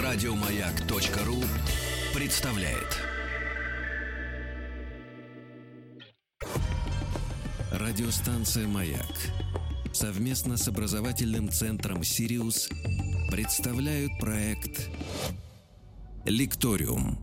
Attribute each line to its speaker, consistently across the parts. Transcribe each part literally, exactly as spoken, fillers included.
Speaker 1: Радиомаяк.ру представляет. Радиостанция «Маяк» совместно с образовательным центром «Сириус» представляют проект «Лекториум».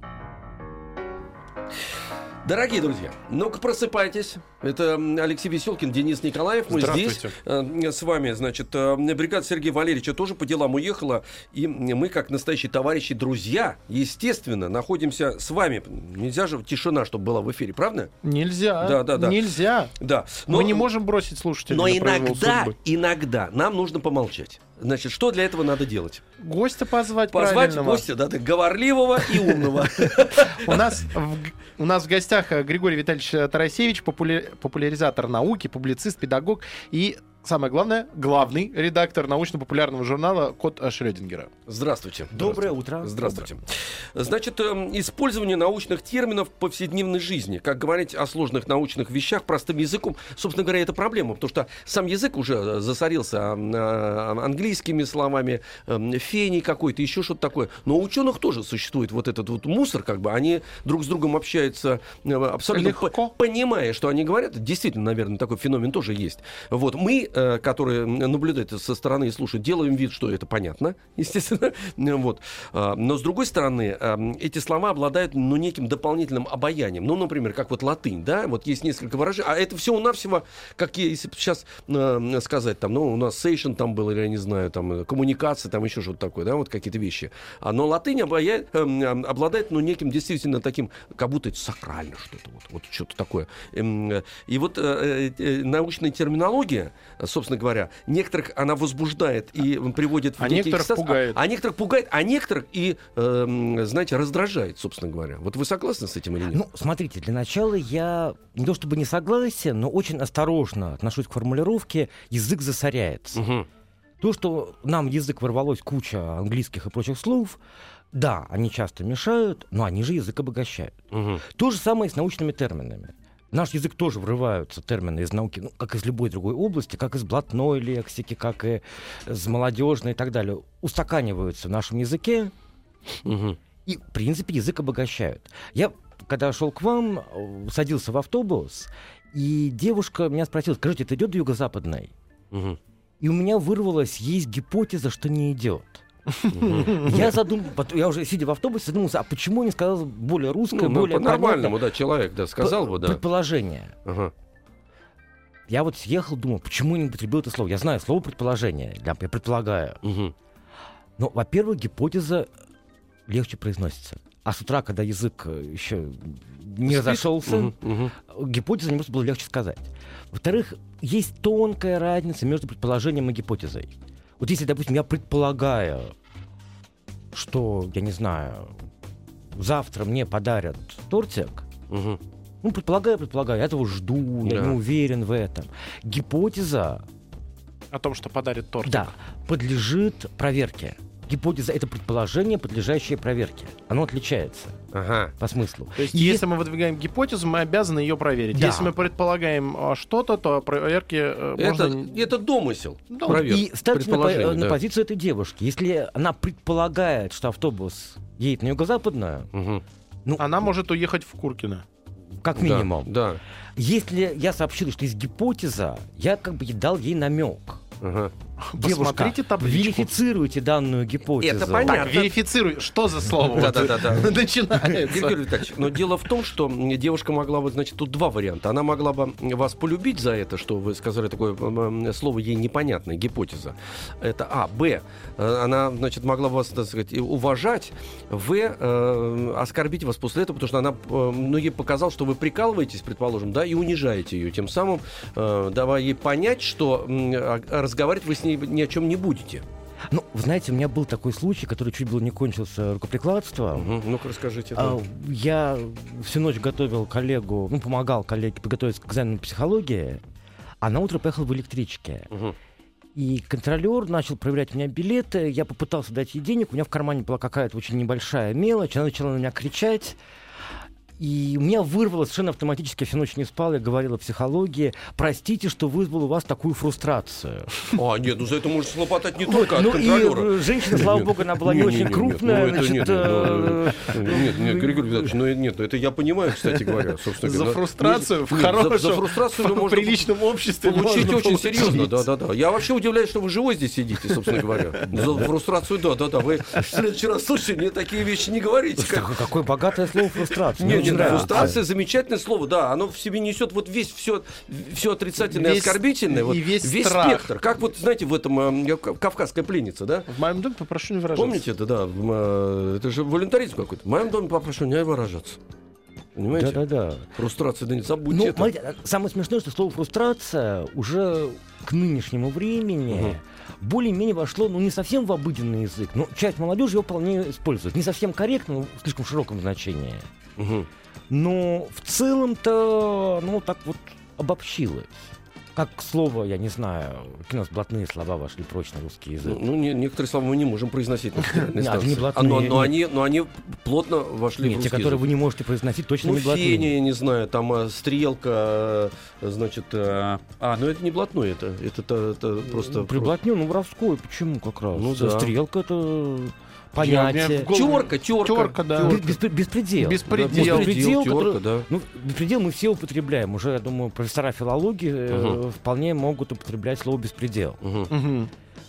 Speaker 2: Дорогие друзья, ну-ка просыпайтесь. Это Алексей Веселкин, Денис Николаев. Мы здесь э, с вами, значит, э, бригада Сергея Валерьевича тоже по делам уехала. И мы, как настоящие товарищи, друзья, естественно, находимся с вами. Нельзя же тишина, чтобы была в эфире, правда?
Speaker 3: Нельзя.
Speaker 2: Да, да, да.
Speaker 3: Нельзя.
Speaker 2: Да. Но,
Speaker 3: мы не можем бросить слушателей.
Speaker 2: Но иногда, иногда нам нужно помолчать. Значит, что для этого надо делать?
Speaker 3: Гостя позвать,
Speaker 2: Позвать
Speaker 3: правильного.
Speaker 2: гостя, да, так, говорливого и умного.
Speaker 3: У нас в, у нас в гостях Григорий Витальевич Тарасевич, популя- популяризатор науки, публицист, педагог и, самое главное, главный редактор научно-популярного журнала «Код Шрёдингера».
Speaker 2: Здравствуйте.
Speaker 4: Доброе утро.
Speaker 2: Здравствуйте. Доброе. Значит, э, использование научных терминов в повседневной жизни, как говорить о сложных научных вещах простым языком, собственно говоря, это проблема, потому что сам язык уже засорился э, английскими словами, э, фений какой-то, еще что-то такое. Но у ученых тоже существует вот этот вот мусор, как бы они друг с другом общаются э, абсолютно по- понимая, что они говорят. Действительно, наверное, такой феномен тоже есть. Вот мы, э, которые наблюдают со стороны и слушают, делаем вид, что это понятно, естественно. Вот. Но, с другой стороны, эти слова обладают, ну, неким дополнительным обаянием. Ну, например, как вот латынь, да, вот есть несколько выражений, а это всего-навсего, как если сейчас э, сказать, там, ну, у нас сейшн там был, или, я не знаю, там, коммуникация, там, еще что-то такое, да, вот какие-то вещи. А, но латынь обая... э, обладает, ну, неким действительно таким, как будто это сакрально что-то, вот, вот что-то такое. И вот э, э, научная терминология, собственно говоря, некоторых она возбуждает и приводит в
Speaker 3: а
Speaker 2: некий
Speaker 3: некоторых
Speaker 2: экстаз,
Speaker 3: пугает.
Speaker 2: А, а некоторых пугает, а некоторых и, э, знаете, раздражает, собственно говоря. Вот вы согласны с этим или нет?
Speaker 4: Ну, смотрите, для начала я не то чтобы не согласен, но очень осторожно отношусь к формулировке «язык засоряется».
Speaker 2: Угу.
Speaker 4: То, что нам в язык ворвалось куча английских и прочих слов, да, они часто мешают, но они же язык обогащают.
Speaker 2: Угу.
Speaker 4: То же самое и с научными терминами. В наш язык тоже врываются термины из науки, ну, как из любой другой области, как из блатной лексики, как и из молодежной и так далее. Устаканиваются в нашем языке,
Speaker 2: Угу.
Speaker 4: и, в принципе, язык обогащают. Я, когда шел к вам, садился в автобус, и девушка меня спросила: скажите, это идет до юго-западной?
Speaker 2: Угу.
Speaker 4: И у меня вырвалось, есть гипотеза, что не идет. Я задумался, я уже сидя в автобусе задумался, а почему не сказал более русское,
Speaker 2: Ну,
Speaker 4: более
Speaker 2: по-нормальному, да, человек, да, сказал бы, да.
Speaker 4: предположение.
Speaker 2: Ага.
Speaker 4: Я вот съехал, думал, почему я не употребил это слово. Я знаю слово предположение, я предполагаю.
Speaker 2: Угу.
Speaker 4: Но, во-первых, гипотеза легче произносится. А с утра, когда язык еще не разошелся,
Speaker 2: Угу. Угу.
Speaker 4: гипотезу мне просто было легче сказать. Во-вторых, есть тонкая разница между предположением и гипотезой. Вот если, допустим, я предполагаю, что, я не знаю, завтра мне подарят тортик,
Speaker 2: Угу.
Speaker 4: ну, предполагаю, предполагаю, я этого жду,
Speaker 2: Да.
Speaker 4: я не уверен в этом. Гипотеза,
Speaker 3: О том, что подарит торт.
Speaker 4: да, подлежит проверке. Гипотеза — это предположение, подлежащее проверке. Оно отличается
Speaker 2: Ага.
Speaker 4: по смыслу.
Speaker 3: То есть,
Speaker 4: И
Speaker 3: если мы выдвигаем гипотезу, мы обязаны ее проверить.
Speaker 4: Да.
Speaker 3: Если мы предполагаем а, что-то, то о проверке э,
Speaker 2: Это,
Speaker 3: можно...
Speaker 2: это домысел.
Speaker 3: Да.
Speaker 2: Проверка.
Speaker 4: И ставьте на, по-
Speaker 2: Предположение,
Speaker 4: на
Speaker 2: да.
Speaker 4: позицию этой девушки. Если она предполагает, что автобус едет на юго-западную,
Speaker 2: Мгм.
Speaker 4: ну,
Speaker 3: Она может уехать в Куркино.
Speaker 4: как
Speaker 2: Да,
Speaker 4: минимум.
Speaker 2: Да.
Speaker 4: Если я сообщил, что есть гипотеза, я как бы дал ей намек.
Speaker 2: Ага.
Speaker 4: Девушка,
Speaker 3: Посмотрите табличку.
Speaker 4: верифицируйте данную гипотезу.
Speaker 2: Это понятно.
Speaker 3: Так, верифицируй. Что за слово?
Speaker 2: Да-да-да-да.
Speaker 3: Вот начинается.
Speaker 2: Григорий Витальевич, но дело в том, что девушка могла бы, значит, тут два варианта. Она могла бы вас полюбить за это, что вы сказали такое м, слово ей непонятное, гипотеза. Это А. Б. э, Она, значит, могла вас, так сказать, уважать. В. э, Оскорбить вас после этого, потому что она, э, ну, ей показал, что вы прикалываетесь, предположим, да, и унижаете ее, тем самым э, давая ей понять, что м, а- разговаривать вы с ней ни о чем не будете.
Speaker 4: Ну, вы знаете, у меня был такой случай, который чуть было не кончился рукоприкладством.
Speaker 2: Угу. Ну-ка, расскажите.
Speaker 4: А, Я всю ночь готовил коллегу, ну, помогал коллеге подготовиться к экзамену по психологии, а на утро поехал в электричке.
Speaker 2: Угу.
Speaker 4: И контролер начал проверять у меня билеты, я попытался дать ей денег, у меня в кармане была какая-то очень небольшая мелочь, она начала на меня кричать. И у меня вырвало совершенно автоматически, я всю ночь не спал, я говорил о психологии. Простите, что вызвал у вас такую фрустрацию.
Speaker 2: А, нет, ну за это можно слопотать не
Speaker 4: Вот,
Speaker 2: только от
Speaker 4: ну
Speaker 2: контролера.
Speaker 4: и женщина, слава богу, она была не
Speaker 2: Не,
Speaker 4: очень
Speaker 2: не, не,
Speaker 4: крупная.
Speaker 2: нет, ну, это
Speaker 4: значит,
Speaker 2: нет,
Speaker 4: э,
Speaker 2: ну, Нет, нет, Григорий Витальевич, ну нет, это я понимаю, кстати говоря, собственно
Speaker 3: За
Speaker 2: говоря.
Speaker 3: фрустрацию в
Speaker 2: Нет, за-
Speaker 3: хорошем,
Speaker 2: за фрустрацию
Speaker 3: в
Speaker 2: можно
Speaker 3: приличном обществе
Speaker 2: получить
Speaker 3: можно
Speaker 2: очень
Speaker 3: получить.
Speaker 2: серьезно, да-да-да. Я вообще удивляюсь, что вы живой здесь сидите, собственно говоря. За фрустрацию, да-да-да. Вы в следующий раз, слушайте, мне такие вещи не говорите. как-
Speaker 4: Какое какое богатое слово фрустрация. Мне
Speaker 2: Нет,
Speaker 4: очень
Speaker 2: нет,
Speaker 4: нравится.
Speaker 2: фрустрация замечательное слово, да, оно в себе несет вот весь все, все отрицательное,
Speaker 3: Весь-
Speaker 2: оскорбительное, вот,
Speaker 3: и весь страх.
Speaker 2: спектр. Как вот, знаете, в этом э, «Кавказская пленница», да?
Speaker 3: В моем доме попрошу не выражаться.
Speaker 2: Помните это, да? в, э, Это же волюнтаризм какой-то. В моем доме попрошу не выражаться. Понимаете?
Speaker 4: Да-да-да.
Speaker 2: Фрустрация, да не забудьте
Speaker 4: Ну,
Speaker 2: это.
Speaker 4: смотрите, самое смешное, что слово фрустрация уже к нынешнему времени
Speaker 2: Мгм.
Speaker 4: более-менее вошло, ну, не совсем в обыденный язык, но часть молодежи его вполне использует. Не совсем корректно, но в слишком широком значении.
Speaker 2: Мгм.
Speaker 4: Но в целом-то, ну, так вот обобщилось. Как слово, я не знаю, какие у нас блатные слова вошли прочно в русский язык.
Speaker 2: Ну, ну, не- некоторые слова мы не можем произносить на федеральной
Speaker 4: Нет,
Speaker 2: станции.
Speaker 4: они блатные,
Speaker 2: А, но, но
Speaker 4: нет.
Speaker 2: они, но они плотно вошли
Speaker 4: Нет,
Speaker 2: в
Speaker 4: те,
Speaker 2: русский
Speaker 4: которые
Speaker 2: язык.
Speaker 4: вы не можете произносить, точно
Speaker 2: Ну,
Speaker 4: не блатные.
Speaker 2: феня, я не знаю, там а, стрелка, э, значит... э, А, ну это не блатной, это, это, это, это просто...
Speaker 4: Приблотню, ну, воровской, почему как раз?
Speaker 2: Ну, да.
Speaker 4: Стрелка — это
Speaker 3: Я- мне
Speaker 4: понятие.
Speaker 3: в голову-
Speaker 2: Терка, терка.
Speaker 3: Терка, да.
Speaker 4: Бес- беспре- Беспредел.
Speaker 3: Беспредел.
Speaker 4: Беспредел,
Speaker 2: терка,
Speaker 4: который-
Speaker 2: да.
Speaker 4: Ну, беспредел мы все употребляем. Уже, я думаю, профессора филологии э,
Speaker 2: Мгм.
Speaker 4: вполне могут употреблять слово беспредел.
Speaker 2: Мгм,
Speaker 3: Мгм.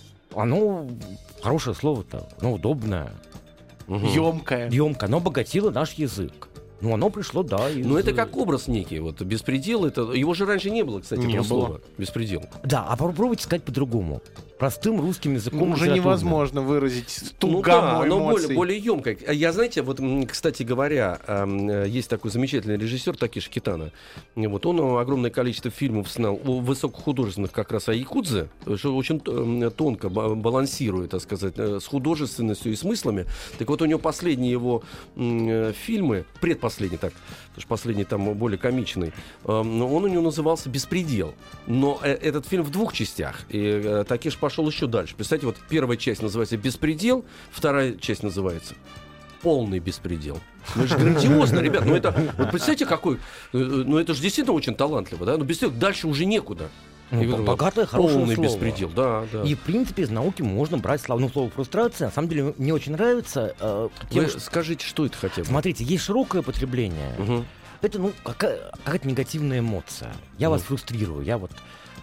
Speaker 4: Оно хорошее слово-то, оно удобное,
Speaker 2: мгм.
Speaker 3: Ёмкая.
Speaker 4: емкое, оно обогатило наш язык. Ну, оно пришло, да, из...
Speaker 2: Ну, это как образ некий. Вот беспредел, это... Его же раньше не было, кстати,
Speaker 3: Не
Speaker 2: этого
Speaker 3: было.
Speaker 2: слова. Беспредел.
Speaker 4: Да, а попробуйте сказать по-другому. Простым русским языком.
Speaker 3: Ну, уже
Speaker 4: литературным.
Speaker 3: невозможно выразить ту
Speaker 2: Ну
Speaker 3: гамму
Speaker 2: да, оно более,
Speaker 3: эмоций.
Speaker 2: более емкое. Я, знаете, вот, м, кстати говоря, эм, э, есть такой замечательный режиссер Такеши Китано. Вот он э, огромное количество фильмов снял, о, высокохудожественных как раз о якудзе, что очень э, тонко ба- балансирует, так сказать, э, с художественностью и смыслами. Так вот, у него последние его м, э, фильмы, предпоследний так, потому что последний там более комичный, э, он у него назывался «Беспредел». Но э, этот фильм в двух частях. И э, Такеши пошел еще дальше. Представьте, вот первая часть называется «Беспредел», вторая часть называется «Полный беспредел». Ну, это же грандиозно, ребят. Ну, это, вот представьте, какой... э, Ну, это же действительно очень талантливо, да? Но беспредел, дальше уже некуда.
Speaker 4: Ну,
Speaker 2: И вот
Speaker 4: богатое, хорошее
Speaker 2: полный
Speaker 4: слово.
Speaker 2: беспредел, да, да.
Speaker 4: И, в принципе, из науки можно брать слова. Ну, слово фрустрация, на самом деле, мне очень нравится. э, тем,
Speaker 2: Вы
Speaker 4: что-
Speaker 2: скажите, что это хотя бы?
Speaker 4: Смотрите, есть широкое потребление.
Speaker 2: Мгм.
Speaker 4: Это, ну, какая- какая-то негативная эмоция. Я
Speaker 2: Ну.
Speaker 4: вас фрустрирую, я вот...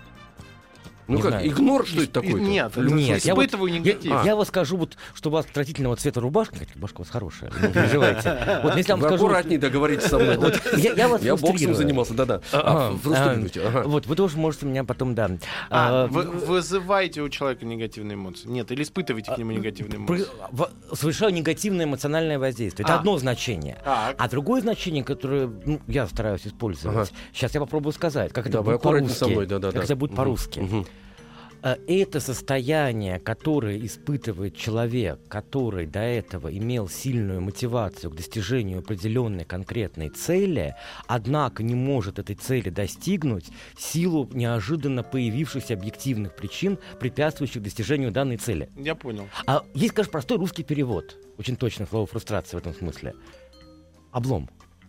Speaker 2: Ну
Speaker 4: не
Speaker 2: как,
Speaker 4: знаю.
Speaker 2: игнор, что это
Speaker 3: И-
Speaker 2: такое?
Speaker 3: Нет,
Speaker 4: Нет, я вот-
Speaker 3: испытываю
Speaker 4: Я,
Speaker 3: негатив.
Speaker 2: А.
Speaker 4: я вот скажу, вот, что у вас отвратительного цвета рубашка, хотя рубашка у вас хорошая, не переживайте. Вот если я вам
Speaker 2: Вы
Speaker 4: скажу...
Speaker 2: аккуратнее договоритесь со мной.
Speaker 4: Вот я, я вас
Speaker 2: Я боксом
Speaker 4: фрустрирую.
Speaker 2: занимался, да-да.
Speaker 4: Ага,
Speaker 2: А, фрустрируйте, ага.
Speaker 4: Вот, вы тоже можете меня потом, да.
Speaker 3: А,
Speaker 4: а,
Speaker 3: вы вызываете у человека негативные эмоции? Нет, или испытываете к нему негативные эмоции?
Speaker 4: Про- в- совершаю негативное эмоциональное воздействие. Это
Speaker 3: А.
Speaker 4: одно значение.
Speaker 3: Так.
Speaker 4: А другое значение, которое ну, я стараюсь использовать,
Speaker 2: Ага.
Speaker 4: сейчас я попробую сказать, как это
Speaker 2: Да, вы
Speaker 4: будет
Speaker 2: аккуратнее
Speaker 4: по-русски.
Speaker 2: со мной, да-да-да.
Speaker 4: Как это будет
Speaker 2: Мгм,
Speaker 4: по-русски.
Speaker 2: мгм.
Speaker 4: А, Это состояние, которое испытывает человек, который до этого имел сильную мотивацию к достижению определенной конкретной цели, однако не может этой цели достигнуть в силу неожиданно появившихся объективных причин, препятствующих достижению данной цели.
Speaker 3: Я понял.
Speaker 4: А есть, конечно, простой русский перевод. Очень точно слово фрустрация в этом смысле. Облом.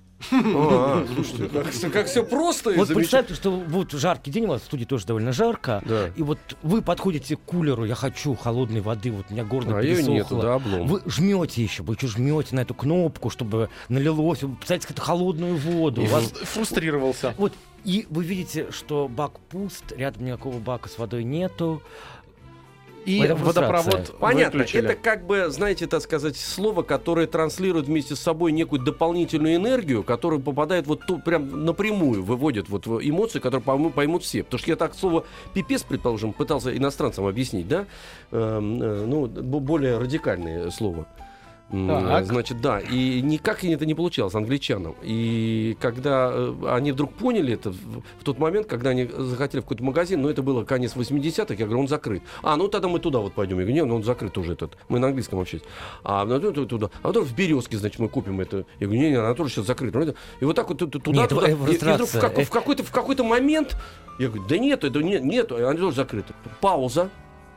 Speaker 2: А, слушайте, как, как все просто и
Speaker 4: Вот
Speaker 2: замечательно.
Speaker 4: представьте, что вот жаркий день, у вас в студии тоже довольно жарко,
Speaker 2: Да.
Speaker 4: и вот вы подходите к кулеру, я хочу холодной воды, вот у меня горло
Speaker 2: А ее
Speaker 4: пересохло.
Speaker 2: нету, да, облом.
Speaker 4: Вы жмете еще, вы еще жмете на эту кнопку, чтобы налилось, вы представляете какую-то холодную воду.
Speaker 3: И
Speaker 4: У вас-
Speaker 3: фрус- фрустрировался.
Speaker 4: Вот, и вы видите, что бак пуст, рядом никакого бака с водой нету.
Speaker 3: И
Speaker 4: Это фрустрация.
Speaker 3: водопровод
Speaker 2: Понятно,
Speaker 3: выключили.
Speaker 2: это как бы, знаете, так сказать, слово, которое транслирует вместе с собой некую дополнительную энергию, которая попадает вот тут прям напрямую, выводит вот в эмоции, которые пойму- поймут все. Потому что я так слово «пипец», предположим, пытался иностранцам объяснить, да, Эм, э, ну, б- более радикальное слово. М,
Speaker 3: Так.
Speaker 2: Значит, да, и никак это не получалось англичанам. И когда э, они вдруг поняли это, в, в тот момент, когда они захотели в какой-то магазин, ну, это было конец восьмидесятых, я говорю, он закрыт. А, ну, тогда мы туда вот пойдем. Я говорю, нет, ну, он закрыт уже этот. Мы на английском общались. А, ну, туда, туда. А потом в «Березке», значит, мы купим это. Я говорю, нет, нет, она тоже сейчас закрыта. Ну, это- И вот так вот туда,
Speaker 4: Нет,
Speaker 2: туда.
Speaker 4: это
Speaker 2: И, и вдруг в,
Speaker 4: фрустрация.
Speaker 2: как- в какой-то, в какой-то момент я говорю, да нет, это нет, нет, она тоже закрыта. Пауза.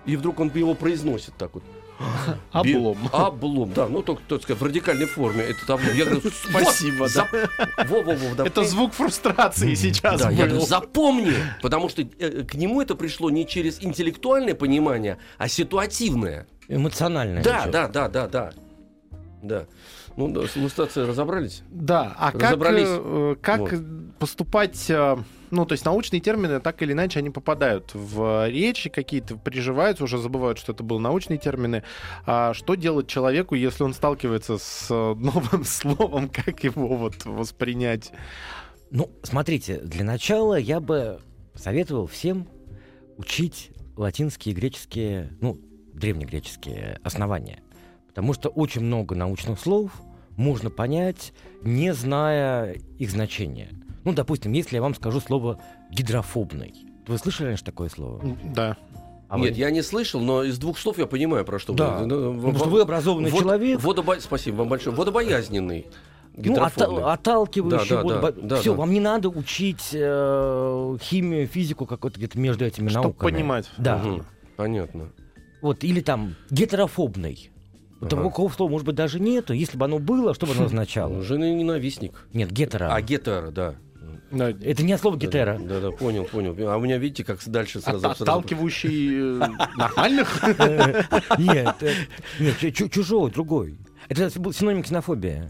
Speaker 2: и вдруг он его произносит так вот.
Speaker 3: Облом.
Speaker 2: Би- облом, да, ну только, так сказать, в радикальной форме этот облом. Я говорю,
Speaker 3: Спасибо,
Speaker 2: вот,
Speaker 3: да.
Speaker 2: зап- Во-во-во, да.
Speaker 3: Это звук фрустрации сейчас
Speaker 2: Да, я говорю,
Speaker 3: был.
Speaker 2: запомни, потому что э, к нему это пришло не через интеллектуальное понимание, а ситуативное.
Speaker 4: Эмоциональное.
Speaker 2: Да,
Speaker 4: еще.
Speaker 2: да, да, да, да. Да. Ну, да, с иллюстрацией разобрались?
Speaker 3: Да, а как,
Speaker 2: Разобрались.
Speaker 3: э, как
Speaker 2: Вот.
Speaker 3: поступать... э, Ну, то есть научные термины, так или иначе, они попадают в речи какие-то, приживаются, уже забывают, что это были научные термины. А что делать человеку, если он сталкивается с э, новым словом, как его вот воспринять?
Speaker 4: Ну, смотрите, для начала я бы советовал всем учить латинские и греческие, ну, древнегреческие основания. Потому что очень много научных слов можно понять, не зная их значения. Ну, допустим, если я вам скажу слово «гидрофобный». Вы слышали раньше такое слово?
Speaker 3: Да.
Speaker 4: А
Speaker 2: Нет,
Speaker 4: вы-
Speaker 2: я не слышал, но из двух слов я понимаю, про что
Speaker 4: Да.
Speaker 2: вы. Ну,
Speaker 4: Потому что вы образованный
Speaker 2: вод-
Speaker 4: человек.
Speaker 2: водобо- Спасибо вам большое. Водобоязненный.
Speaker 4: Ну,
Speaker 2: Гидрофобный.
Speaker 4: отта- отталкивающий.
Speaker 2: Да, да,
Speaker 4: вот,
Speaker 2: да,
Speaker 4: бо-
Speaker 2: да,
Speaker 4: Всё,
Speaker 2: да.
Speaker 4: вам не надо учить э, химию, физику какой-то где-то между этими
Speaker 3: Чтоб
Speaker 4: науками.
Speaker 3: понимать.
Speaker 4: Да.
Speaker 2: Мгм. Понятно.
Speaker 4: Вот, или там гетерофобный. Вот
Speaker 2: Ага.
Speaker 4: такого слова, может быть, даже нету. Если бы оно было, что бы оно означало?
Speaker 2: Жены ненавистник.
Speaker 4: Нет, гетеро.
Speaker 2: А гетер, да.
Speaker 3: Да.
Speaker 4: Это не от слова гетера.
Speaker 2: Да, да, понял, понял. А у меня, видите, как дальше сразу...
Speaker 3: От-
Speaker 2: сразу-
Speaker 3: Отталкивающий э, нормальных?
Speaker 4: Нет, э, нет, чу- чу- чужой, другой. Это был синоним ксенофобия.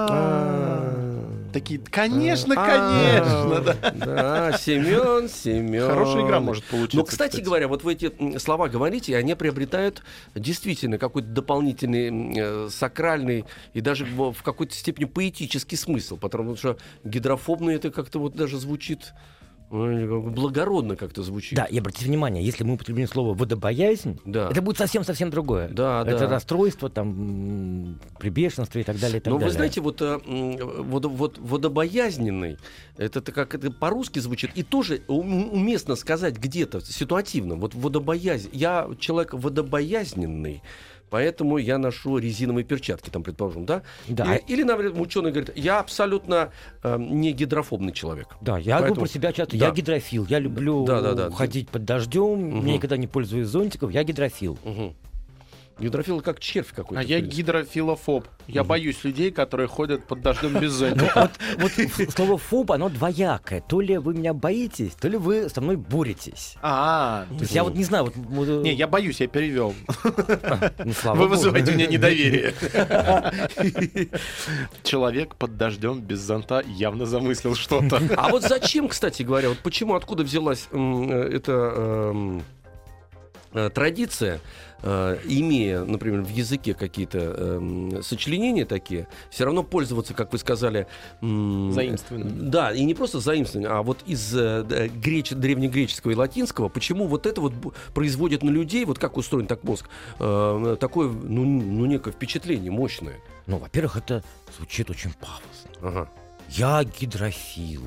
Speaker 3: А, такие, конечно,
Speaker 2: А,
Speaker 3: конечно, да.
Speaker 2: Да, Семен, Семен.
Speaker 3: Хорошая игра может получиться.
Speaker 2: Но, кстати говоря, вот вы эти м, слова говорите, и они приобретают действительно какой-то дополнительный м, э, сакральный и даже в, в какой-то степени поэтический смысл, потому что гидрофобный это как-то вот даже звучит ой, как бы благородно как-то звучит.
Speaker 4: Да, и обратите внимание, если мы употребим слово водобоязнь,
Speaker 2: Да.
Speaker 4: это будет совсем-совсем другое.
Speaker 2: Да,
Speaker 4: Это
Speaker 2: да.
Speaker 4: расстройство, там, м, прибеженство и так далее. И так
Speaker 2: Но вы
Speaker 4: далее.
Speaker 2: знаете, вот, э, м, водо- вот водобоязненный, это то как это по-русски звучит, и тоже ум- уместно сказать где-то ситуативно. Вот водобоязнь. Я человек водобоязненный, поэтому я ношу резиновые перчатки, там, предположим, да?
Speaker 4: Да.
Speaker 2: Или, или, например, ученый говорит, я абсолютно э, не гидрофобный человек.
Speaker 4: Да, я
Speaker 2: Поэтому-
Speaker 4: говорю про себя часто.
Speaker 2: Да.
Speaker 4: Я гидрофил. Я люблю
Speaker 2: Да, да, да.
Speaker 4: ходить под дождем.
Speaker 2: Мгм.
Speaker 4: Я никогда не пользуюсь зонтиком. Я гидрофил.
Speaker 2: Угу. Гидрофил как червь какой-то.
Speaker 3: А я
Speaker 2: в принципе.
Speaker 3: гидрофилофоб. Я боюсь людей, которые ходят под дождем без зонтика.
Speaker 4: Вот ф- слово фоб, оно двоякое. То ли вы меня боитесь, то ли вы со мной боретесь.
Speaker 3: А,
Speaker 4: То есть я вот не знаю, вот... вот, э,
Speaker 3: не, я боюсь, я перевел.
Speaker 4: ну, слава
Speaker 3: Вы
Speaker 4: богу.
Speaker 3: вызываете у меня недоверие. Человек под дождем без зонта явно замыслил что-то.
Speaker 2: А вот зачем, кстати говоря, вот почему, откуда взялась м, э, эта эм, э, традиция, э, имея, например, в языке какие-то эм, сочленения такие, все равно пользоваться, как вы сказали... м,
Speaker 3: Заимствованием.
Speaker 2: Да, и не просто заимствование, а вот из э, д- греч- древнегреческого и латинского, почему вот это вот бу- производит на людей, вот как устроен так мозг, э, такое, ну, ну, некое впечатление мощное.
Speaker 4: Ну, во-первых, это звучит очень пафосно.
Speaker 2: Ага.
Speaker 4: Я гидрофил.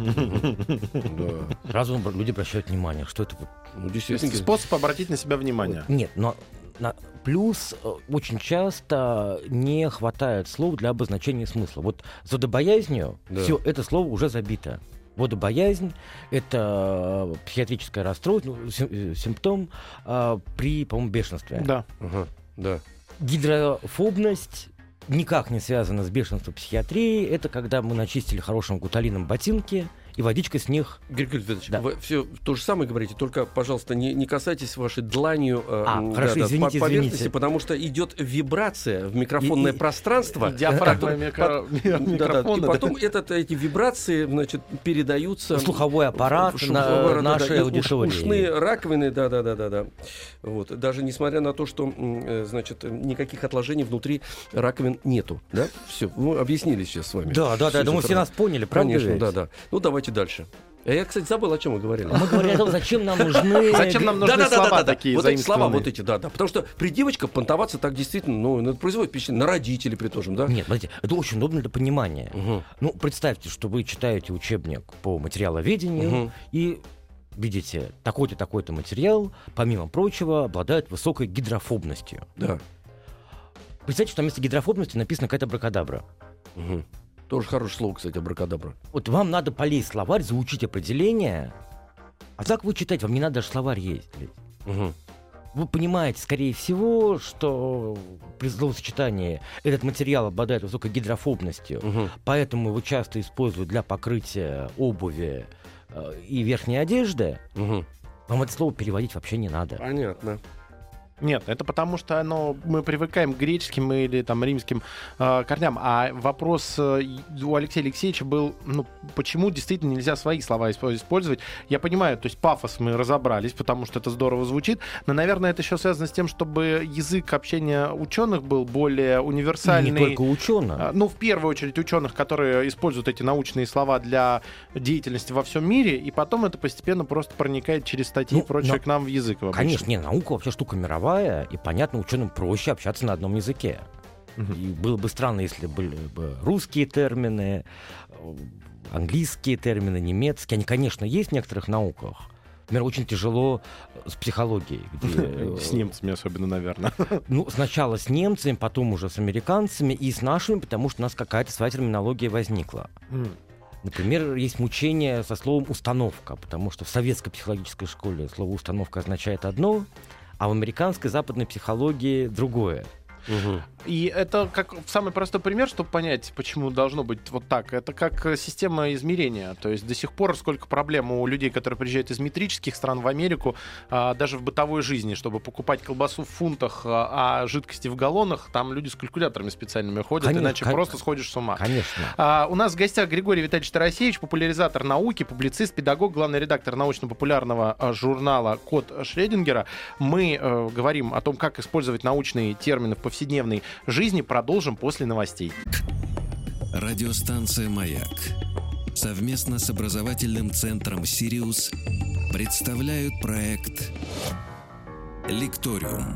Speaker 2: Да.
Speaker 4: Сразу люди обращают внимание, что это вот.
Speaker 2: Ну, действительно.
Speaker 3: Способ обратить на себя внимание.
Speaker 4: Нет, но на- плюс э, очень часто не хватает слов для обозначения смысла. Вот с водобоязнью
Speaker 2: Да.
Speaker 4: все это слово уже забито. Водобоязнь — это э, психиатрическое расстройство, ну, сим- э, симптом э, при, по-моему, бешенстве.
Speaker 3: Да.
Speaker 2: Ага. Да.
Speaker 4: Гидрофобность никак не связана с бешенством психиатрии. Это когда мы начистили хорошим гуталином ботинки, и водичка с них...
Speaker 2: Григорий Федорович,
Speaker 4: Да.
Speaker 2: вы все то же самое говорите, только, пожалуйста, не, не касайтесь вашей дланью э,
Speaker 4: А,
Speaker 2: м,
Speaker 4: хорошо, извините,
Speaker 2: по- поверхности,
Speaker 4: извините.
Speaker 2: потому что идет вибрация в микрофонное
Speaker 4: И- и-
Speaker 2: пространство.
Speaker 3: И диафрагма
Speaker 2: Потом-
Speaker 3: микро-
Speaker 2: по- да, да,
Speaker 3: микрофона,
Speaker 2: и
Speaker 3: да.
Speaker 2: потом этот, эти вибрации, значит, передаются...
Speaker 4: Слуховой аппарат
Speaker 2: в- в
Speaker 4: на
Speaker 2: шуховой аппарат,
Speaker 4: нашей
Speaker 2: да, и уш-
Speaker 4: аудитории.
Speaker 2: Ушные раковины, да-да-да-да-да. Вот. Даже несмотря на то, что, м, э, значит, никаких отложений внутри раковин нету. Да? Все, мы объяснили сейчас с вами.
Speaker 4: Да, да, да,
Speaker 2: Всё
Speaker 4: я думаю,
Speaker 2: это
Speaker 4: все нас поняли, правда?
Speaker 2: Конечно,
Speaker 4: ведь?
Speaker 2: да, да. Ну, давайте дальше. А я, кстати, забыл, о чем мы говорили.
Speaker 4: Мы говорили о том, зачем нам нужны...
Speaker 3: Зачем нам нужны слова такие
Speaker 2: вот эти слова,
Speaker 3: заимствованные?
Speaker 2: вот эти, да, да. Потому что при девочках понтоваться так действительно, ну, это производит впечатление на родителей, при том, да?
Speaker 4: Нет, смотрите, это очень удобно для понимания.
Speaker 2: Мгм.
Speaker 4: Ну, представьте, что вы читаете учебник по материаловедению
Speaker 2: Мгм.
Speaker 4: и видите, такой-то, такой-то материал, помимо прочего, обладает высокой гидрофобностью.
Speaker 2: Да.
Speaker 4: Представьте, что вместо гидрофобности написано какая-то абракадабра.
Speaker 2: Мгм. Тоже хорошее слово, кстати, абракадабра.
Speaker 4: Вот вам надо полезть в словарь, заучить определение, а так вы читаете, вам не надо даже словарь есть.
Speaker 2: Мгм.
Speaker 4: вы понимаете, скорее всего, что при словосочетании этот материал обладает высокой гидрофобностью,
Speaker 2: Угу.
Speaker 4: поэтому его часто используют для покрытия обуви э, и верхней одежды.
Speaker 2: Угу.
Speaker 4: Вам это слово переводить вообще не надо.
Speaker 2: Понятно.
Speaker 3: Нет, это потому что оно, мы привыкаем к греческим или там римским э, корням. А вопрос э, у Алексея Алексеевича был, ну, почему действительно нельзя свои слова использовать. Я понимаю, то есть пафос мы разобрались, потому что это здорово звучит, но, наверное, это еще связано с тем, чтобы язык общения ученых был более универсальный.
Speaker 4: Не только ученых.
Speaker 3: А, Ну, в первую очередь ученых, которые используют эти научные слова для деятельности во всем мире, и потом это постепенно просто проникает через статьи
Speaker 4: Ну,
Speaker 3: и прочее
Speaker 4: но-
Speaker 3: к нам в язык. обычно.
Speaker 4: Конечно, не, наука вообще штука мировая, и, понятно, ученым проще общаться на одном языке.
Speaker 3: Мгм.
Speaker 4: И было бы странно, если были бы русские термины, э, английские термины, немецкие. Они, конечно, есть в некоторых науках. Например, очень тяжело с психологией. где, э,
Speaker 3: С немцами особенно, наверное.
Speaker 4: Ну, сначала с немцами, потом уже с американцами и с нашими, потому что у нас какая-то своя терминология возникла. Например, есть мучение со словом «установка», потому что в советской психологической школе слово «установка» означает одно, а в американской западной психологии другое.
Speaker 2: Угу.
Speaker 3: И это как самый простой пример, чтобы понять, почему должно быть вот так. Это как э, система измерения. То есть до сих пор сколько проблем у людей, которые приезжают из метрических стран в Америку, а, даже в бытовой жизни, чтобы покупать колбасу в фунтах, а, а жидкости в галлонах, там люди с калькуляторами специальными ходят,
Speaker 4: Конечно,
Speaker 3: иначе
Speaker 4: кон-
Speaker 3: просто сходишь с ума.
Speaker 4: Конечно.
Speaker 3: А, у нас в гостях Григорий Витальевич Тарасевич, популяризатор науки, публицист, педагог, главный редактор научно-популярного а, журнала «Код Шрёдингера». Мы э, говорим о том, как использовать научные термины в повседневной жизни. Продолжим после новостей.
Speaker 1: Радиостанция «Маяк» совместно с образовательным центром «Сириус» представляют проект «Лекториум».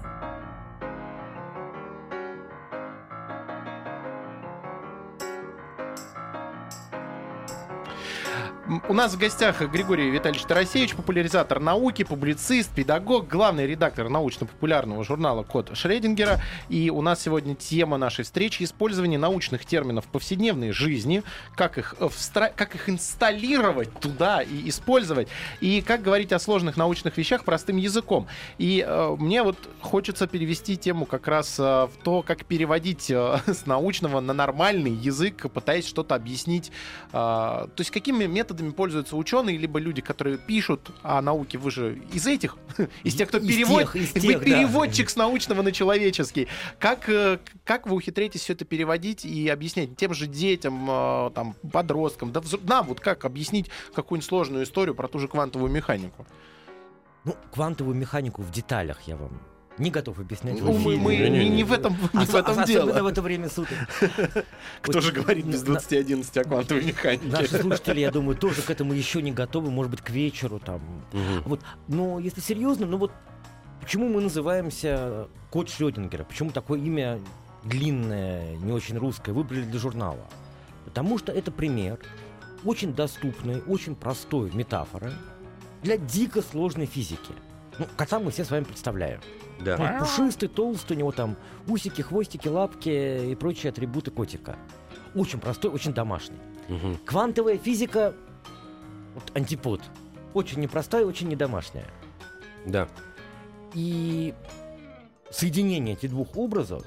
Speaker 3: М, У нас в гостях Григорий Витальевич Тарасевич, популяризатор науки, публицист, педагог, главный редактор научно-популярного журнала «Код Шрёдингера». И у нас сегодня тема нашей встречи — использование научных терминов в повседневной жизни, как их, э, встра... как их инсталлировать туда и использовать, и как говорить о сложных научных вещах простым языком. И э, мне вот хочется перевести тему как раз э, в то, как переводить э, с научного на нормальный язык, пытаясь что-то объяснить. э, То есть какими методами пользуются ученые, либо люди, которые пишут о науке. Вы же из этих, из тех, кто
Speaker 4: Из
Speaker 3: переводит,
Speaker 4: тех, из
Speaker 3: вы
Speaker 4: тех, да.
Speaker 3: переводчик с научного на человеческий. Как, э, как вы ухитряетесь все это переводить и объяснять тем же детям, э, там, подросткам, да взро- нам вот как объяснить какую-нибудь сложную историю про ту же квантовую механику?
Speaker 4: Ну, квантовую механику в деталях я вам не готов объяснять. в
Speaker 3: Ну, мы,
Speaker 4: эфире.
Speaker 3: мы
Speaker 2: Не-не-не.
Speaker 3: не, не в этом, не в
Speaker 4: Ос-
Speaker 3: этом
Speaker 4: особенно
Speaker 3: дело.
Speaker 4: в это время суток.
Speaker 3: Кто
Speaker 4: Вот
Speaker 3: же говорит без
Speaker 4: на-
Speaker 3: двадцати одиннадцати о квантовой механике?
Speaker 4: Наши слушатели, я думаю, тоже к этому еще не готовы, может быть, к вечеру там. Вот. Но если серьезно, ну вот почему мы называемся «Код Шрёдингера»? Почему такое имя длинное, не очень русское выбрали для журнала? Потому что это пример очень доступной, очень простой метафоры для дико сложной физики. Ну, кота мы все с вами представляем.
Speaker 2: Да.
Speaker 4: Он пушистый, толстый, у него там усики, хвостики, лапки и прочие атрибуты котика. Очень простой, очень домашний.
Speaker 2: Мгм.
Speaker 4: Квантовая физика — вот антипод. Очень непростая, очень недомашняя.
Speaker 2: Да.
Speaker 4: И соединение этих двух образов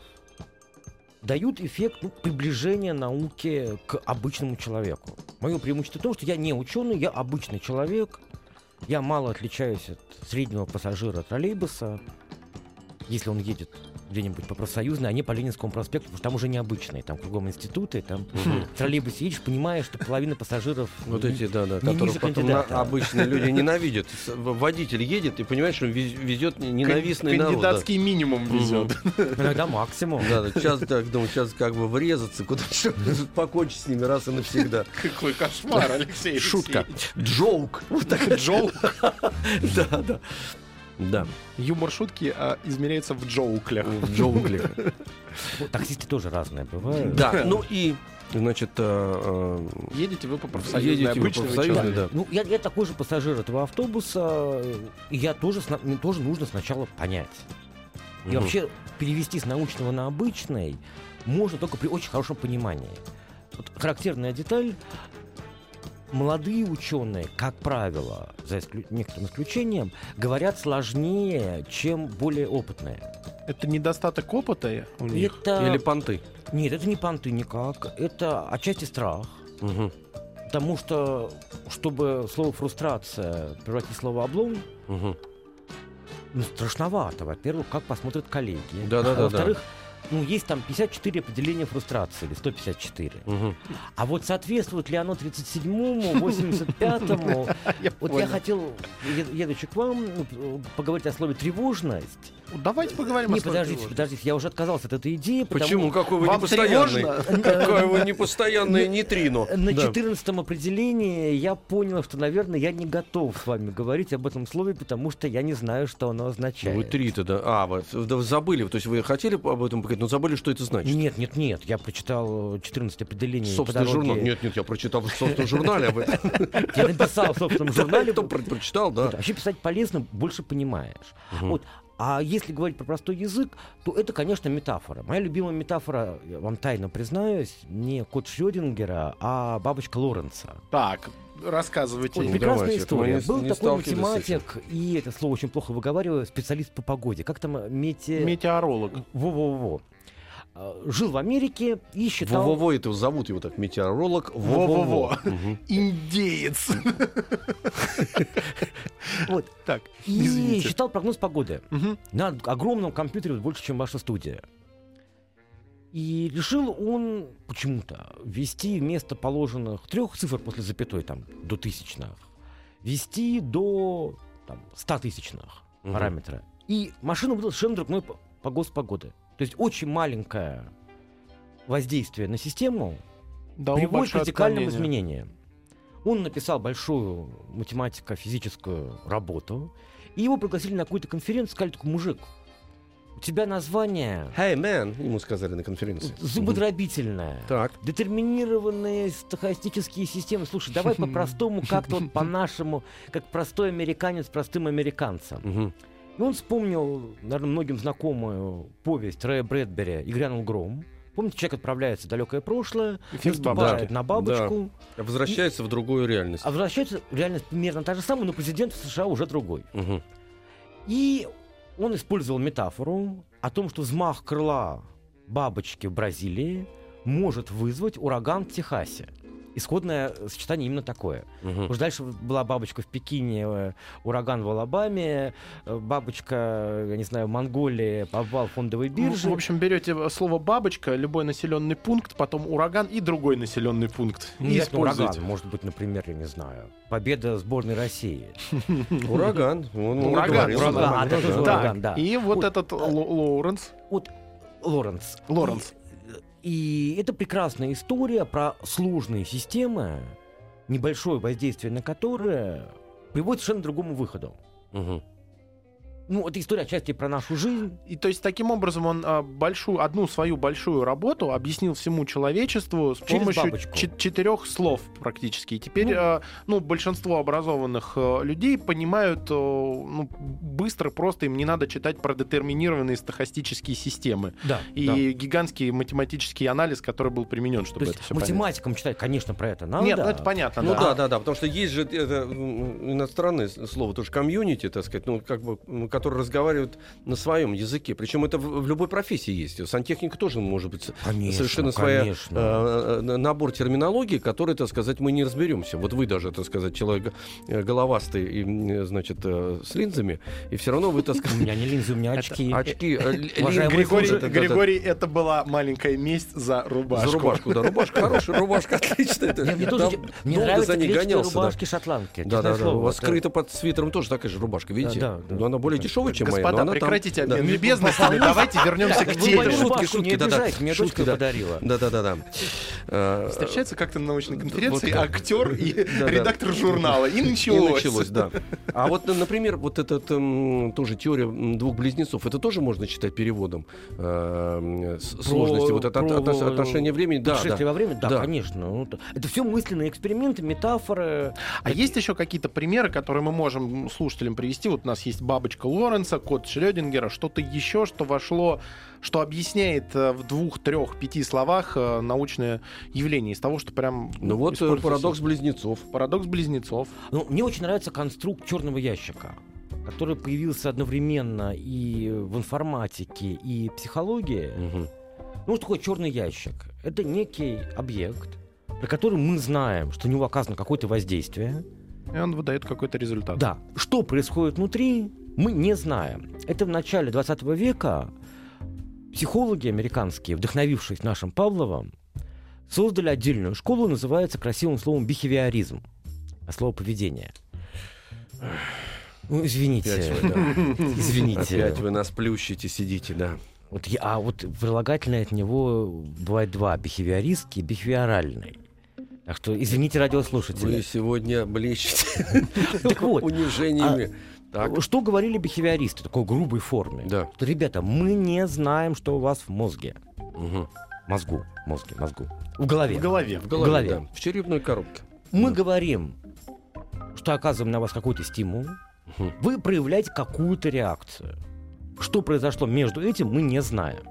Speaker 4: дают эффект, ну, приближения науки к обычному человеку. Мое преимущество в том, что я не ученый, я обычный человек. Я мало отличаюсь от среднего пассажира троллейбуса, если он едет где-нибудь по Профсоюзной, а не по Ленинскому проспекту, потому что там уже необычные, там кругом институты, там
Speaker 2: Мгм.
Speaker 4: в троллейбусе едешь, понимаешь, что половина пассажиров...
Speaker 2: Вот эти, да, да,
Speaker 4: не
Speaker 2: которых
Speaker 4: ниже
Speaker 2: потом
Speaker 4: кандидата.
Speaker 2: на- обычные люди ненавидят. С- в- Водитель едет и понимаешь, что он вез- везет ненавистный народ. да.
Speaker 3: Кандидатский минимум везет.
Speaker 4: Иногда максимум.
Speaker 2: Да, да, сейчас так думаю, сейчас как бы врезаться куда-то, чтобы покончить с ними раз и навсегда.
Speaker 3: Какой кошмар, Алексей.
Speaker 2: Шутка.
Speaker 3: Алексеевич.
Speaker 2: Джоук. Вот так.
Speaker 3: Джоук.
Speaker 2: Да, да. Да,
Speaker 3: Юмор шутки а, измеряется в джоуклях.
Speaker 2: в джоуклях.
Speaker 4: Ну, таксисты тоже разные бывают.
Speaker 2: Да, ну и, значит, э,
Speaker 3: Едете вы по
Speaker 2: э,
Speaker 3: профсоюзной,
Speaker 2: едете вы по
Speaker 3: обычный
Speaker 2: профсоюзной,
Speaker 3: человек.
Speaker 2: да.
Speaker 4: Ну, я, я такой же пассажир этого автобуса, и я тоже, сна- мне тоже нужно сначала понять. И
Speaker 2: Мгм.
Speaker 4: вообще перевести с научного на обычный можно только при очень хорошем понимании. Вот характерная деталь. молодые ученые, как правило, за исклю- некоторым исключением, говорят сложнее, чем более опытные.
Speaker 3: Это недостаток опыта у них?
Speaker 4: Это...
Speaker 2: Или понты?
Speaker 4: Нет, это не понты никак. Это отчасти страх.
Speaker 2: Угу.
Speaker 4: Потому что, чтобы слово «фрустрация» превратить в слово «облом»,
Speaker 2: Угу.
Speaker 4: ну, страшновато. Во-первых, как посмотрят коллеги.
Speaker 2: Да-да-да-да.
Speaker 4: А во-вторых, ну, есть там пятьдесят четыре определения фрустрации, или сто пятьдесят четыре.
Speaker 2: Угу.
Speaker 4: А вот соответствует ли оно тридцать седьмому, восемьдесят пятому? Вот я хотел, ед- едучи к вам, ну, поговорить о слове «тревожность».
Speaker 3: Давайте поговорим
Speaker 4: Не,
Speaker 3: о слове
Speaker 4: подождите,
Speaker 3: «тревожность».
Speaker 4: подождите, я уже отказался от этой идеи. потому-
Speaker 2: Почему? Какой вы
Speaker 3: Вам
Speaker 2: непостоянный?
Speaker 3: тревожно?
Speaker 2: Какое вы непостоянное нейтрино?
Speaker 4: На
Speaker 2: Да.
Speaker 4: четырнадцатом определении я понял, что, наверное, я не готов с вами говорить об этом слове, потому что я не знаю, что оно означает.
Speaker 2: Вы три-то, да. А, вы, да вы забыли, то есть вы хотели об этом поговорить, но забыли, что это значит.
Speaker 4: Нет, нет, нет, я прочитал четырнадцать определений по
Speaker 2: Собственный
Speaker 4: дороге.
Speaker 2: журнал. Нет, нет, я прочитал в собственном журнале об этом.
Speaker 4: Я написал в собственном журнале.
Speaker 2: Кто про- прочитал, да.
Speaker 4: Вот, вообще писать полезно, больше понимаешь.
Speaker 2: Мгм.
Speaker 4: Вот. А если говорить про простой язык, то это, конечно, метафора. Моя любимая метафора, я вам тайно признаюсь, не кот Шрёдингера, а бабочка Лоренца.
Speaker 3: Так, рассказывайте.
Speaker 4: Вот
Speaker 2: Ну,
Speaker 4: прекрасная
Speaker 2: давайте,
Speaker 4: история.
Speaker 2: это мы
Speaker 4: Был
Speaker 2: не
Speaker 4: такой
Speaker 2: сталкивались с
Speaker 4: математик, и это слово очень плохо выговариваю, специалист по погоде. Как там мете...
Speaker 3: Метеоролог.
Speaker 4: Во-во-во. А, Жил в Америке и считал...
Speaker 2: Во-во-во, это зовут его так, метеоролог.
Speaker 3: Во-во-во.
Speaker 2: Мгм.
Speaker 3: Индеец.
Speaker 4: Вот.
Speaker 3: Так,
Speaker 4: И
Speaker 3: извините.
Speaker 4: считал прогноз погоды.
Speaker 3: Мгм.
Speaker 4: На огромном компьютере, вот больше, чем ваша студия. И решил он почему-то ввести вместо положенных трех цифр после запятой, там, до тысячных, ввести до там, стотысячных
Speaker 2: Мгм.
Speaker 4: параметра. И машина выдала совершенно другой по- прогноз погоды. То есть очень маленькое воздействие на систему
Speaker 3: Дало
Speaker 4: приводит к
Speaker 3: большое
Speaker 4: радикальным
Speaker 3: отклонение.
Speaker 4: изменениям. Он написал большую математико-физическую работу, и его пригласили на какую-то конференцию, сказали: такой, мужик, у тебя название
Speaker 2: Hey, man, ему сказали на конференции.
Speaker 4: зубодробительное,
Speaker 2: Так.
Speaker 4: детерминированные стохастические системы. Слушай, давай по-простому, как-то вот по-нашему, как простой американец простым американцам.
Speaker 2: Мгм.
Speaker 4: И он вспомнил, наверное, многим знакомую повесть Рэя Брэдбери «И грянул гром». Помните, человек отправляется в далекое прошлое,
Speaker 3: Эффект
Speaker 4: наступает
Speaker 3: бабочки.
Speaker 4: на бабочку,
Speaker 2: Возвращается в другую реальность.
Speaker 4: а возвращается реальность примерно та же самая, но президент в США уже другой.
Speaker 2: Мгм.
Speaker 4: И он использовал метафору о том, что взмах крыла бабочки в Бразилии может вызвать ураган в Техасе. Исходное сочетание именно такое.
Speaker 2: Мгм.
Speaker 4: Уж дальше была бабочка в Пекине, э, ураган в Алабаме, э, бабочка, я не знаю, в Монголии, обвал фондовой биржи.
Speaker 3: В общем, берете слово «бабочка», любой населенный пункт, потом ураган и другой населенный пункт.
Speaker 4: Ну,
Speaker 3: И
Speaker 4: не обязательно
Speaker 3: используете.
Speaker 4: ураган, может быть, например, я не знаю, победа сборной России.
Speaker 2: Ураган. Он- он
Speaker 3: Ураган,
Speaker 2: говорил,
Speaker 3: ураган,
Speaker 2: нормально,
Speaker 4: а, это
Speaker 2: да.
Speaker 4: тоже
Speaker 3: Так,
Speaker 4: ураган, да.
Speaker 3: и вот
Speaker 4: Вот.
Speaker 3: этот Ло- Лоуренс.
Speaker 4: Вот Лоренц.
Speaker 3: Лоренц.
Speaker 4: И, и это прекрасная история про сложные системы, небольшое воздействие на которые приводит к совершенно другому выходу.
Speaker 2: Мгм.
Speaker 4: Ну, это история отчасти про нашу жизнь.
Speaker 3: И то есть таким образом он а, большую, одну свою большую работу объяснил всему человечеству с
Speaker 4: Через
Speaker 3: помощью
Speaker 4: бабочку.
Speaker 3: чет- четырех слов практически. И теперь
Speaker 4: Ну.
Speaker 3: а, ну, большинство образованных а, людей понимают а, ну, быстро, просто им не надо читать про детерминированные стохастические системы
Speaker 4: Да.
Speaker 3: и гигантский математический анализ, который был применен,
Speaker 4: То
Speaker 3: чтобы
Speaker 4: есть
Speaker 3: это все понять.
Speaker 4: математикам читать, конечно, про это надо.
Speaker 3: Нет, ну это понятно.
Speaker 2: Ну
Speaker 3: да.
Speaker 2: да, да, да, потому что есть же это, м, иностранное слово, тоже комьюнити, так сказать, ну как бы, м, которые разговаривают на своем языке. Причем это в, в любой профессии есть. Сантехника тоже может быть
Speaker 4: Конечно,
Speaker 2: совершенно своя
Speaker 4: конечно.
Speaker 2: э, э, набор терминологии, который, так сказать, мы не разберемся. Вот вы даже, так сказать, человек э, головастый и, м, значит, э, с линзами, и все равно вы, так
Speaker 4: У
Speaker 2: сказать,
Speaker 4: меня не линзы, у меня очки.
Speaker 2: очки. э, ли-
Speaker 4: Уважаемый
Speaker 2: лингвист,
Speaker 3: Григорий,
Speaker 2: да, да, да.
Speaker 3: Григорий, это была маленькая месть за рубашку.
Speaker 2: За рубашку, да, рубашка хорошая, рубашка отличная. Это
Speaker 4: Мне, мне
Speaker 2: дол-
Speaker 4: тоже, мне
Speaker 2: долго
Speaker 4: нравятся
Speaker 2: за ней
Speaker 4: клетчатые
Speaker 2: гонялся, да.
Speaker 4: рубашки шотландки.
Speaker 2: Да, да,
Speaker 4: честное
Speaker 2: да.
Speaker 4: слово,
Speaker 2: У вас
Speaker 4: это-
Speaker 2: скрыто под свитером тоже такая же рубашка, видите?
Speaker 4: Да, да,
Speaker 2: Но она более
Speaker 4: да.
Speaker 2: дешевая, чем моя.
Speaker 3: Господа,
Speaker 2: но она там-
Speaker 3: прекратите
Speaker 2: да.
Speaker 3: обмен любезностями, давайте вернемся
Speaker 4: Так,
Speaker 3: к
Speaker 4: вы
Speaker 3: теме.
Speaker 4: мою
Speaker 2: Шутки,
Speaker 4: рубашку
Speaker 2: шутки,
Speaker 4: не
Speaker 2: да-да.
Speaker 4: обижайте, мне
Speaker 2: Шутки,
Speaker 4: дочка
Speaker 2: да.
Speaker 4: подарила.
Speaker 2: Да, да, да, да. Э,
Speaker 3: Встречается как-то на научной конференции
Speaker 2: вот
Speaker 3: актер и
Speaker 2: Да-да.
Speaker 3: редактор журнала. И
Speaker 2: И
Speaker 3: началось.
Speaker 2: началось, да. А вот, например, вот эта тоже теория м, двух близнецов, это тоже можно считать переводом э, с- сложности, вот это
Speaker 4: про-
Speaker 2: от- от- отношение времени. Да,
Speaker 4: Путешествие
Speaker 2: да.
Speaker 4: во время? Да,
Speaker 2: Да.
Speaker 4: конечно. Ну, это- это все мысленные эксперименты, метафоры.
Speaker 3: А есть еще какие-то примеры, которые мы можем слушателям привести? Вот у нас есть бабочка Лоренца, кот Шрёдингера, что-то еще, что вошло, что объясняет э, в двух, трех, пяти словах э, научное явление, из того, что прям...
Speaker 2: Ну вот
Speaker 3: используется.
Speaker 2: парадокс близнецов.
Speaker 3: Парадокс близнецов.
Speaker 4: Ну, мне очень нравится конструкт черного ящика, который появился одновременно и в информатике, и психологии.
Speaker 2: Угу.
Speaker 4: Ну, что такое черный ящик? Это некий объект, про который мы знаем, что на него оказано какое-то воздействие.
Speaker 3: И он выдает какой-то результат.
Speaker 4: Да. Что происходит внутри, мы не знаем. Это в начале двадцатого века психологи американские, вдохновившись нашим Павловым, создали отдельную школу, называется красивым словом бихевиоризм. А слово поведение. Ну, извините.
Speaker 2: Опять вы, да.
Speaker 4: Извините.
Speaker 2: Опять вы нас плющите, сидите, да.
Speaker 4: Вот я, а вот прилагательное от него бывает два: бихевиористский и бихевиоральный. Так что извините, радиослушатели.
Speaker 2: Вы сегодня блещете
Speaker 4: Так вот,
Speaker 2: унижениями. Так.
Speaker 4: что говорили бихевиористы в такой грубой форме?
Speaker 2: Да.
Speaker 4: Что, ребята, мы не знаем, что у вас в мозге.
Speaker 2: Мгм.
Speaker 4: Мозгу, мозге, мозгу. В голове.
Speaker 3: В голове.
Speaker 2: В голове,
Speaker 4: голове.
Speaker 2: да. В черепной коробке.
Speaker 4: Мы
Speaker 2: Да.
Speaker 4: говорим, что оказываем на вас какой-то стимул.
Speaker 2: Мгм.
Speaker 4: Вы проявляете какую-то реакцию. Что произошло между этим, мы не знаем.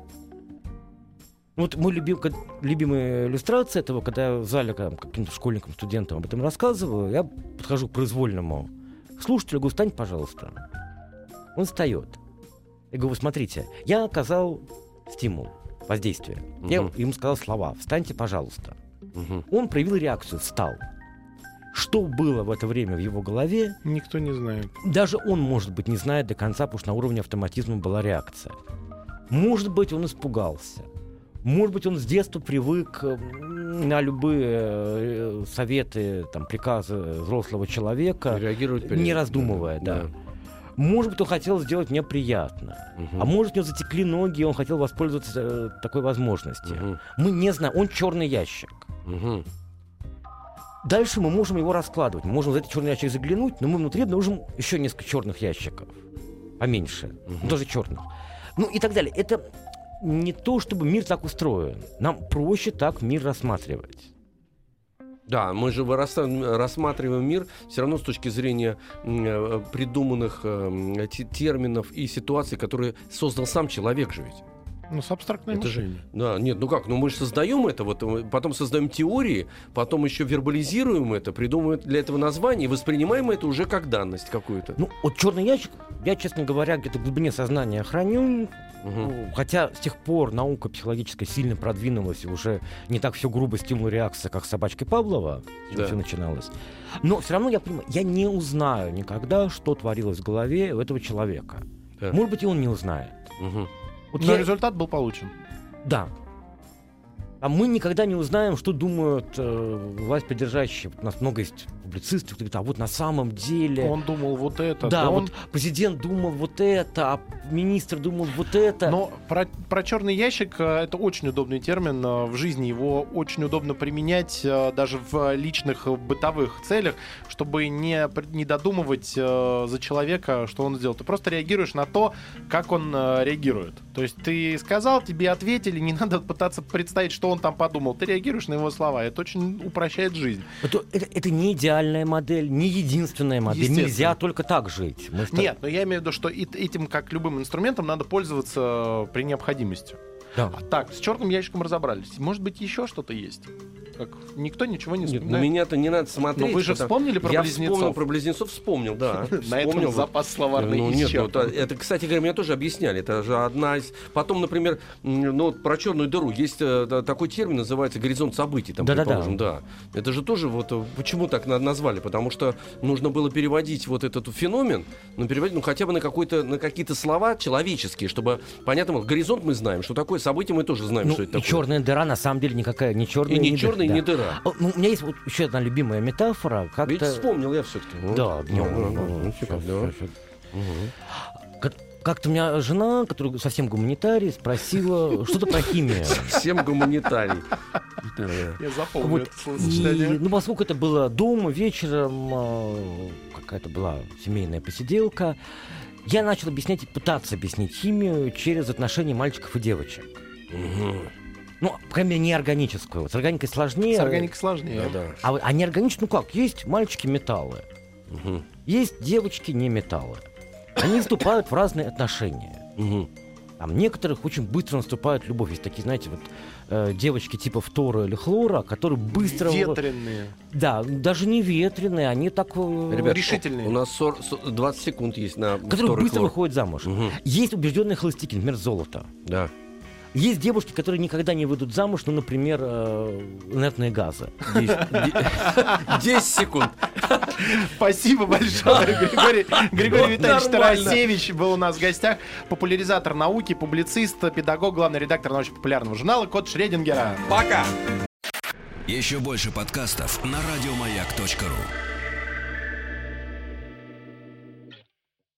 Speaker 4: Вот мой любим, ка- любимая иллюстрация этого, когда я в зале там, каким-то школьникам, студентам об этом рассказываю, я подхожу к произвольному слушателю, говорю: встань, пожалуйста. Он встает. Я говорю: вы смотрите, я оказал стимул, воздействие. Я
Speaker 2: Мгм.
Speaker 4: ему сказал слова: встаньте, пожалуйста.
Speaker 2: Мгм.
Speaker 4: Он проявил реакцию, встал. Что было в это время в его голове,
Speaker 3: Никто не знает.
Speaker 4: даже он, может быть, не знает до конца, потому что на уровне автоматизма была реакция. Может быть, он испугался. Может быть, он с детства привык м, на любые э, советы, там, приказы взрослого человека,
Speaker 2: Реагировать
Speaker 4: не раздумывая, да. Может быть, он хотел сделать мне приятно.
Speaker 2: Мгм.
Speaker 4: А может, у него затекли ноги, и он хотел воспользоваться э, такой возможностью.
Speaker 2: Мгм.
Speaker 4: Мы не знаем, он черный ящик.
Speaker 2: Мгм.
Speaker 4: Дальше мы можем его раскладывать. Мы можем в этот черный ящик заглянуть, но мы внутри обнаружим еще несколько черных ящиков. Поменьше.
Speaker 2: Мгм.
Speaker 4: Но тоже черных. Ну и так далее. Это не то, чтобы мир так устроен. Нам проще так мир рассматривать.
Speaker 2: Да, мы же вырастаем- рассматриваем мир все равно с точки зрения м, э, придуманных э, те- терминов и ситуаций, которые создал сам человек же ведь.
Speaker 3: Ну, с абстрактным
Speaker 2: Это же-
Speaker 3: мышлением.
Speaker 2: Да, нет, ну как, ну мы же создаем это, вот, э, потом создаем теории, потом еще вербализируем это, придумываем для этого название и воспринимаем это уже как данность какую-то.
Speaker 4: Ну, вот черный ящик, я, честно говоря, где-то в глубине сознания храню.
Speaker 2: Мгм.
Speaker 4: Ну, Хотя с тех пор наука психологическая сильно продвинулась, и уже не так все грубо стимул-реакция, как с собачкой Павлова, с чем
Speaker 2: Да.
Speaker 4: все начиналось. Но все равно я понимаю, я не узнаю никогда, что творилось в голове у этого человека.
Speaker 2: Да.
Speaker 4: Может быть, и он не узнает.
Speaker 2: Мгм.
Speaker 4: Вот
Speaker 3: Но
Speaker 4: я-
Speaker 3: результат был получен.
Speaker 4: Да. А мы никогда не узнаем, что думают э, власть придержащие. У нас много есть публицистов, кто говорит: а вот на самом деле...
Speaker 3: Он думал вот это.
Speaker 4: да,
Speaker 3: он-
Speaker 4: вот президент думал вот это, а министр думал вот это.
Speaker 3: Но про, про черный ящик э, это очень удобный термин э, в жизни. Его очень удобно применять э, даже в личных э, бытовых целях, чтобы не, пр- не додумывать э, за человека, что он сделал. Ты просто реагируешь на то, как он э, реагирует. То есть ты сказал, тебе ответили, не надо пытаться представить, что он там подумал. Ты реагируешь на его слова. Это очень упрощает жизнь.
Speaker 4: Это, это- это не идеальная модель, не единственная модель.
Speaker 3: Естественно.
Speaker 4: Нельзя только так жить. Мы ста-
Speaker 3: Нет, но я имею в виду, что и- этим, как любым инструментом, надо пользоваться при необходимости.
Speaker 4: Да.
Speaker 3: А так, с черным ящиком разобрались. Может быть, еще что-то есть? Как никто ничего не
Speaker 2: Нет, на
Speaker 3: вспоминает.
Speaker 2: меня-то не надо смотреть.
Speaker 3: Но вы же
Speaker 2: потому-
Speaker 3: вспомнили про
Speaker 2: Я
Speaker 3: близнецов?
Speaker 2: вспомнил про близнецов, вспомнил, да.
Speaker 3: На этом
Speaker 2: Вспомнил.
Speaker 3: запас словарный
Speaker 2: Ну, нет, ну,
Speaker 3: исчерпан.
Speaker 2: это, это, кстати говоря, мне тоже объясняли. Это же одна из... Потом, например, м, ну, вот про черную дыру. Есть э, да, такой термин, называется горизонт событий. Там,
Speaker 4: Да-да-да.
Speaker 2: предположим, да. Это же тоже вот... э, Почему так на- назвали? Потому что нужно было переводить вот этот феномен, ну, переводить, ну, хотя бы на, какой-то, на какие-то слова человеческие, чтобы понятно было. Горизонт мы знаем, что такое событие, мы тоже знаем,
Speaker 4: Ну,
Speaker 2: что это
Speaker 4: и
Speaker 2: такое.
Speaker 4: черная дыра на самом деле никакая не черная,
Speaker 2: И не
Speaker 4: дыра,
Speaker 2: черная, и
Speaker 4: да.
Speaker 2: не дыра.
Speaker 4: О, ну, у меня есть вот еще одна любимая метафора. Как-то...
Speaker 2: Ведь вспомнил я все-таки.
Speaker 4: Да,
Speaker 2: Ну,
Speaker 4: ну,
Speaker 2: ну,
Speaker 4: ну,
Speaker 2: ну,
Speaker 4: ну,
Speaker 2: щас,
Speaker 4: щас,
Speaker 2: да.
Speaker 4: щас.
Speaker 2: Мгм.
Speaker 4: Как- Как-то у меня жена, которая совсем гуманитарий, спросила что-то про химию.
Speaker 2: Всем гуманитарий. Да.
Speaker 3: Я запомню
Speaker 4: Вот.
Speaker 3: это
Speaker 4: И,
Speaker 3: словосочетание.
Speaker 4: ну, поскольку это было дома, вечером, э, какая-то была семейная посиделка, я начал объяснять, пытаться объяснить химию через отношения мальчиков и девочек.
Speaker 2: Мгм.
Speaker 4: Ну, по крайней мере, неорганическую. Вот с органикой сложнее.
Speaker 3: С органикой сложнее.
Speaker 2: Да, да.
Speaker 4: А, вот- а неорганичную, ну как, есть мальчики металлы,
Speaker 2: Мгм.
Speaker 4: есть девочки не металлы. Они вступают в разные отношения.
Speaker 2: Мгм.
Speaker 4: А в некоторых очень быстро наступает любовь. Есть такие, знаете, вот э, девочки типа Фтора или Хлора, которые быстро...
Speaker 3: Ветреные.
Speaker 4: Да, даже не ветреные, они так... э,
Speaker 2: Ребят,
Speaker 3: решительные.
Speaker 2: У нас сорок, двадцать секунд есть на
Speaker 4: которые
Speaker 2: второй
Speaker 4: быстро
Speaker 2: хлор.
Speaker 4: выходят замуж.
Speaker 2: Мгм.
Speaker 4: Есть убежденные холостяки, например, Золото.
Speaker 2: Да.
Speaker 4: Есть девушки, которые никогда не выйдут замуж, ну, например, э, инертные газы.
Speaker 2: десять секунд.
Speaker 3: Спасибо большое, Григорий, Григорий
Speaker 2: Вот
Speaker 3: Витальевич
Speaker 2: нормально.
Speaker 3: Тарасевич был у нас в гостях. Популяризатор науки, публицист, педагог, главный редактор научно-популярного журнала «Код Шрёдингера».
Speaker 2: Пока.
Speaker 1: Еще больше подкастов на радиомаяк точка ру.